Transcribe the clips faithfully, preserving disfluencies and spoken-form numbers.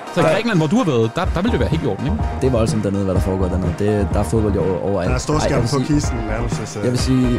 Så i Grækenland, hvor du har været, der, der vil det være helt i orden, ikke? Det er voldsomt dernede, hvad der foregår dernede. Det, der er fodbold over, overalt. Der er stor skærm på kisten, nærmest. Så... Jeg vil sige...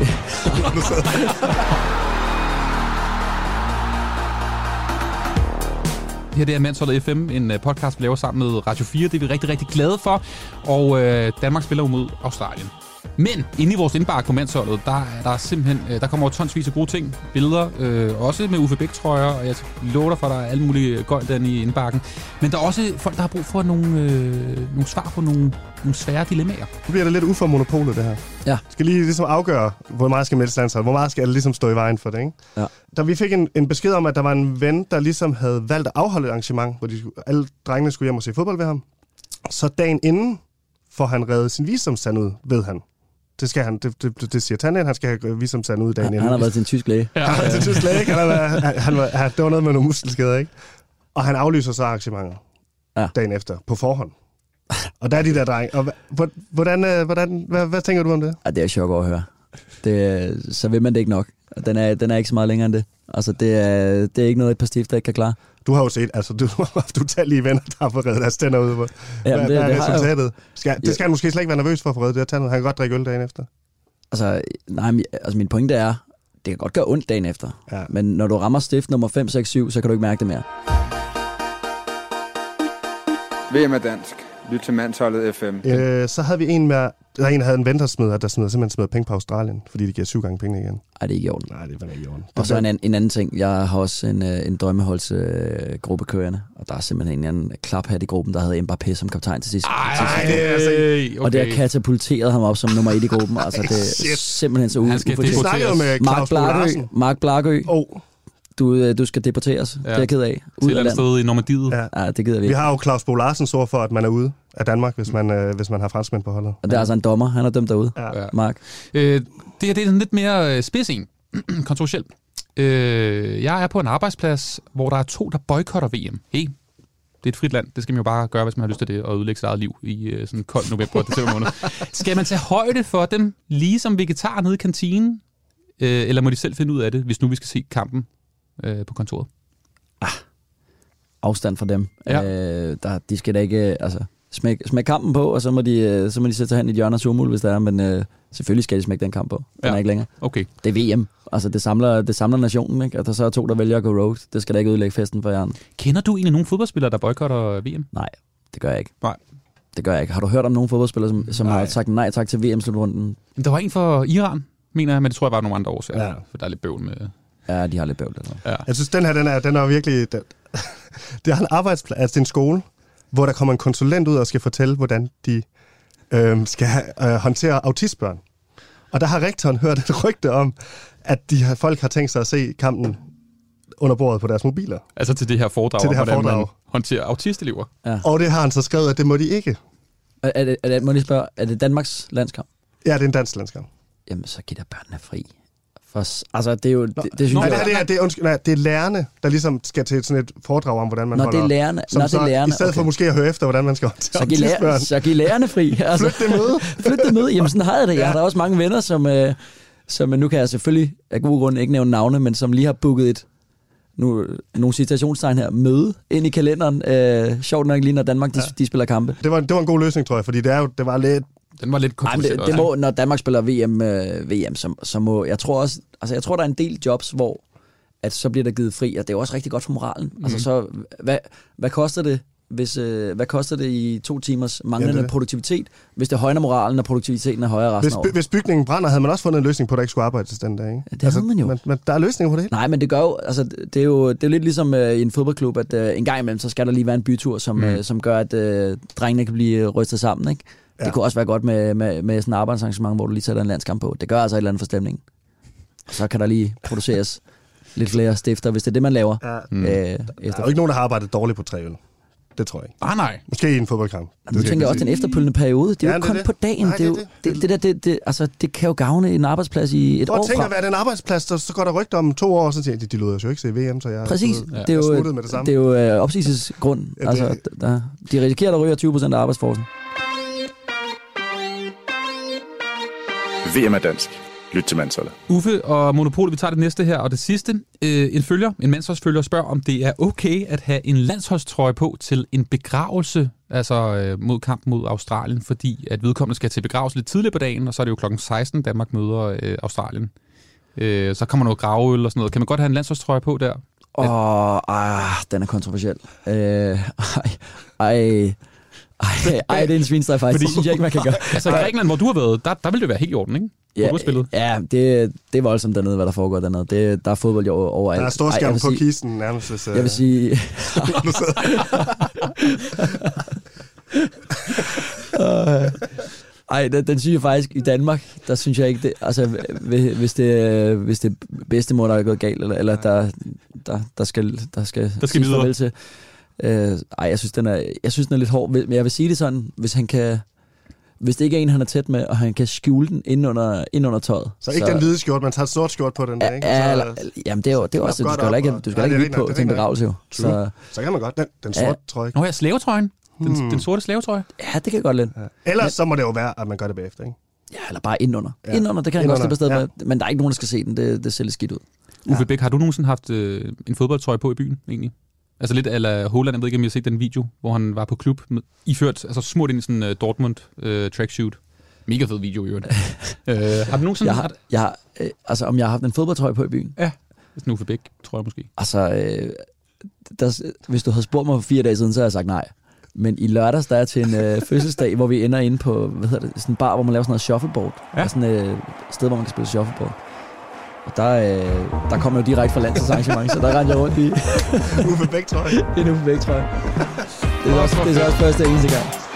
Her det er Mandsholdet F M, en podcast, vi laver sammen med Radio fire. Det er vi rigtig, rigtig glade for. Og øh, Danmark spiller jo mod Australien. Men inde i vores indbakke på Mandsholdet, der er der simpelthen, der kommer tonsvis af gode ting. Billeder, øh, også med Uffe Bæk-trøjer, og jeg lover dig for, at der er alle mulige gøjl derinde i indbakken. Men der er også folk, der har brug for nogle, øh, nogle svar på nogle, nogle svære dilemmaer. Nu bliver det lidt uffor monopolet, det her. Ja. Skal lige ligesom afgøre, hvor meget skal meldes landshold, hvor meget skal det ligesom stå i vejen for det, ikke? Ja. Da vi fik en, en besked om, at der var en ven, der ligesom havde valgt at afholde et arrangement, hvor de, alle drengene skulle hjem og se fodbold ved ham. Så dagen inden får han reddet sin visumstand ud, ved han. Det skal han, det, det, det siger tanden, han skal have visumstand ud dagen han, inden. Han har været til en tysk læge. Ja. Han har været til en tysk læge, han har været, han var, han, det var noget med nogle muskelskader, ikke? Og han aflyser så arrangementer ja. dagen efter, på forhånd. Og der er de der drenge. Og hvordan, hvordan, hvad, hvad tænker du om det? Ja, det er chok over at høre. Det, så vil man det ikke nok. Den er, den er ikke så meget længere end det. Altså, det er, det er ikke noget, et par stifter ikke kan klare. Du har jo set, altså, du har haft utallige venner, der har fået reddet deres tænder ude på. Hvad, det, hvad er det resultatet? Skal, det skal han måske slet ikke være nervøs for at få reddet det her tænder. Han kan godt drikke øl dagen efter. Altså, nej, altså min pointe er, det kan godt gøre ondt dagen efter. Ja. Men når du rammer stift nummer fem, seks, syv, så kan du ikke mærke det mere. V M er dansk. Lyt til Mandsholdet F M. Øh, så havde vi en med, der en, der havde en ven, der smider, der smider simpelthen smider penge på Australien, fordi de giver syv gange penge igen. Nej, det er ikke i orden. Nej, det er ikke i orden. Og så en, anden, en anden ting. Jeg har også en, en drømmeholdsgruppe kørende, og der er simpelthen en anden klaphat i gruppen, der havde Mbappé som kaptajn til sidst. Ej, det er altså, okay. Og det har katapulteret ham op som nummer et i gruppen. Altså, det er simpelthen så ufortjent. Vi snakker jo med Claus Bo Larsen. Mark Blakø. Oh. Du, du skal deporteres. Ja. Det er jeg ked af. Ud af landet. I Normandiet. Ja. Ja, det gider vi. Vi har jo Claus Bo Larsens ord for, at man er ude af Danmark, hvis man, øh, hvis man har franskmænd på holdet. Og det er altså en dommer. Han er dømt derude. Ja. Mark. Øh, det her det er sådan lidt mere spids en. Kontroversielt. Øh, jeg er på en arbejdsplads, hvor der er to, der boykotter V M. Hey, det er et frit land. Det skal man jo bare gøre, hvis man har lyst til det, og ødelægge sit eget liv i øh, sådan en kold november og december måned. Skal man tage højde for dem, lige som vegetar nede i kantinen? Øh, eller må de selv finde ud af det, hvis nu vi skal se kampen øh, på kontoret? Ah, afstand fra dem. Ja. Øh, der, de skal da ikke altså, smække smæk kampen på, og så må de, så må de sætte sig hen i et hjørne og surmul, hvis der er, men øh, selvfølgelig skal de smække den kamp på. Den ja. er ikke længere. Okay. Det er V M. Altså, det samler, det samler nationen, ikke? At der så er to, der vælger at gå road. Det skal da ikke ødelægge festen for jer. Kender du egentlig nogle fodboldspillere, der boykotter V M? Nej, det gør jeg ikke. Nej. Det gør jeg ikke. Har du hørt om nogle fodboldspillere, som, som har sagt nej tak til V M-slutrunden? Der var en for Iran, mener jeg, men det tror jeg var nogle andre årsager, ja. For der er lidt bøvl med... Ja, de har lidt bøvl. Altså. Ja. Jeg synes, den her, den er, den er virkelig... Den, det er en arbejdsplads, altså det er en skole, hvor der kommer en konsulent ud og skal fortælle, hvordan de øh, skal øh, håndtere autistbørn. Og der har rektoren hørt et rygte om, at de her, folk har tænkt sig at se kampen under bordet på deres mobiler. Altså til det her foredrag, til det her hvordan foredrag. man håndterer autistelever. Ja. Og det har han så skrevet, at det må de ikke. Er, er, det, er, det, må jeg spørge, er det Danmarks landskamp? Ja, det er en dansk landskamp. Jamen, så giv da børnene fri. For, altså, det er jo... Det, det, synes nej, jeg, nej, det er, det, er, undskyld, nej, det er lærerne, der ligesom skal til sådan et foredrag om, hvordan man Nå, holder... det er lærerne. Som Nå, det er lærerne. I stedet okay. for måske at høre efter, hvordan man skal håndtere autistbørn. Så giv lærerne fri. Altså, Flyt det med. Flyt det med. Jamen, sådan har jeg det. Jeg har da også mange venner, som... Øh, som nu kan jeg selvfølgelig af gode grunde ikke nævne navne, men som lige har booket et... Nu, nogle citationstegn her, møde ind i kalenderen. Øh, sjovt nok lige, når Danmark de, ja. de spiller kampe. Det var, det var en god løsning, tror jeg, fordi det, er jo, det var lidt... Den var lidt kompliceret. Det, det må, når Danmark spiller V M, øh, V M så, så må... Jeg tror også... Altså, jeg tror, der er en del jobs, hvor at så bliver der givet fri, og det er også rigtig godt for moralen. Mm-hmm. Altså, så... Hvad, hvad koster det, hvis... Øh, hvad koster det i to timers manglende ja, det. produktivitet, hvis det højner moralen, og produktiviteten er højere resten hvis, af året? Hvis bygningen brænder, havde man også fundet en løsning på, at der ikke skulle arbejdes den dag, ikke? Ja, det altså, havde man jo. Men, men der er løsninger på det hele. Nej, men det gør jo... Altså, det er jo det er lidt ligesom øh, i en fodboldklub, at øh, en gang imellem, så skal der lige være en bytur, som, mm. øh, som gør, at øh, drengene kan blive rystet sammen, ikke? Ja. Det kunne også være godt med, med, med sådan et arbejdsarrangement, hvor du lige sætter en landskamp på. Det gør altså et eller andet for stemningen. Så kan der lige produceres lidt flere stifter, hvis det er det, man laver. Ja. Mm. Øh, der er jo ikke nogen, der har arbejdet dårligt på tre øl. Det tror jeg ikke. Ah, nej. Måske i en fodboldkamp. Nu tænker jeg også den efterfølgende periode. Det er ja, jo ikke kun det. på dagen. Nej, det, er jo, det, det, det, det, der, det, det, altså, det kan jo gavne en arbejdsplads i et For år tænk at være den arbejdsplads, der, så går der rygter om to år, og så siger de, de løder jo ikke se V M, så jeg Præcis. er det er jo, med det samme. Det er jo øh, opsigelsesgrund. Ja, altså, der, de risikerer, at ryger tyve procent af arbejdsforcen. V M er dansk. lyt til Mandsholdet. Uffe og Monopolet, vi tager det næste her, og det sidste. Øh, en følger, en mandsholdsfølger, spørger, om det er okay at have en landsholdstrøje på til en begravelse, altså øh, mod kamp mod Australien, fordi at vedkommende skal til begravelse lidt tidligere på dagen, og så er det jo klokken seksten, Danmark møder øh, Australien. Øh, så kommer noget graveøl og sådan noget. Kan man godt have en landsholdstrøje på der? Åh, ah, den er kontroversiel. Øh, ej, ej, ej, ej, det er en svinstreg faktisk. Fordi, det synes jeg ikke, man kan gøre. Altså i Grækenland, hvor du har været, der, der vil det være helt i orden, ikke? Hvor ja, du har spillet. Ja, det, det er voldsomt dernede, hvad der foregår dernede. Det, der er fodbold jo overalt. Der er storskærm på sige, kisten nærmest. Hvis, jeg vil sige... Ej, den, den synes jeg faktisk, i Danmark, der synes jeg ikke, det, altså hvis det, hvis det bedstemor, der er gået galt, eller, eller der, der, der skal, der skal, der skal farvel til. Øh, ej, jeg synes, den er, jeg synes, den er lidt hård, men jeg vil sige det sådan, hvis han kan, hvis det ikke er en, han er tæt med, og han kan skjule den ind under, ind under tøjet. Så ikke så, den hvide skjort, man tager et sort skjort på den der, ikke? Ja, så, eller, jamen det er jo, det er også, du skal ikke, du skal ikke på til en begravelse jo. Så, så kan man godt, den, den sorte ja. trøje. Nå ja, slavetrøjen. Den, hmm. den sorte slavetrøje? Ja, det kan godt lidt. Ja. Ellers så må det jo være, at man gør det bagefter, ikke? Ja, eller bare indenunder. Ja. Indenunder, det kan han godt slippe afsted med. Men der er ikke nogen, der skal se den. Det, det ser lidt skidt ud. Uffe ja. Bæk, har du nogensinde haft øh, en fodboldtrøje på i byen, egentlig? Altså lidt a Holland, jeg ved ikke, om I har set den video, hvor han var på klub, med, iført, altså smurt ind i sådan en uh, Dortmund uh, tracksuit. Mega fed video, i øvrigt. uh, har du nogensinde... Jeg har, jeg har, øh, altså, om jeg har haft en fodboldtrøje på i byen? Ja, det er Uffe Bæk, tror jeg måske. Altså, øh, der, hvis du havde spurgt mig for fire dage siden, så havde jeg sagt nej. Men i lørdags, der er til en øh, fødselsdag, hvor vi ender inde på, hvad hedder det, sådan en bar, hvor man laver sådan noget shuffleboard. Ja. Sådan et øh, sted, hvor man kan spille shuffleboard. Og der, øh, der kommer jo direkte fra landsholdsarrangement, så der rendte jeg rundt i... Uffe Bæk, tror jeg. En Uffe Bæk, tror jeg. Det er, også, det er så også første og eneste gang.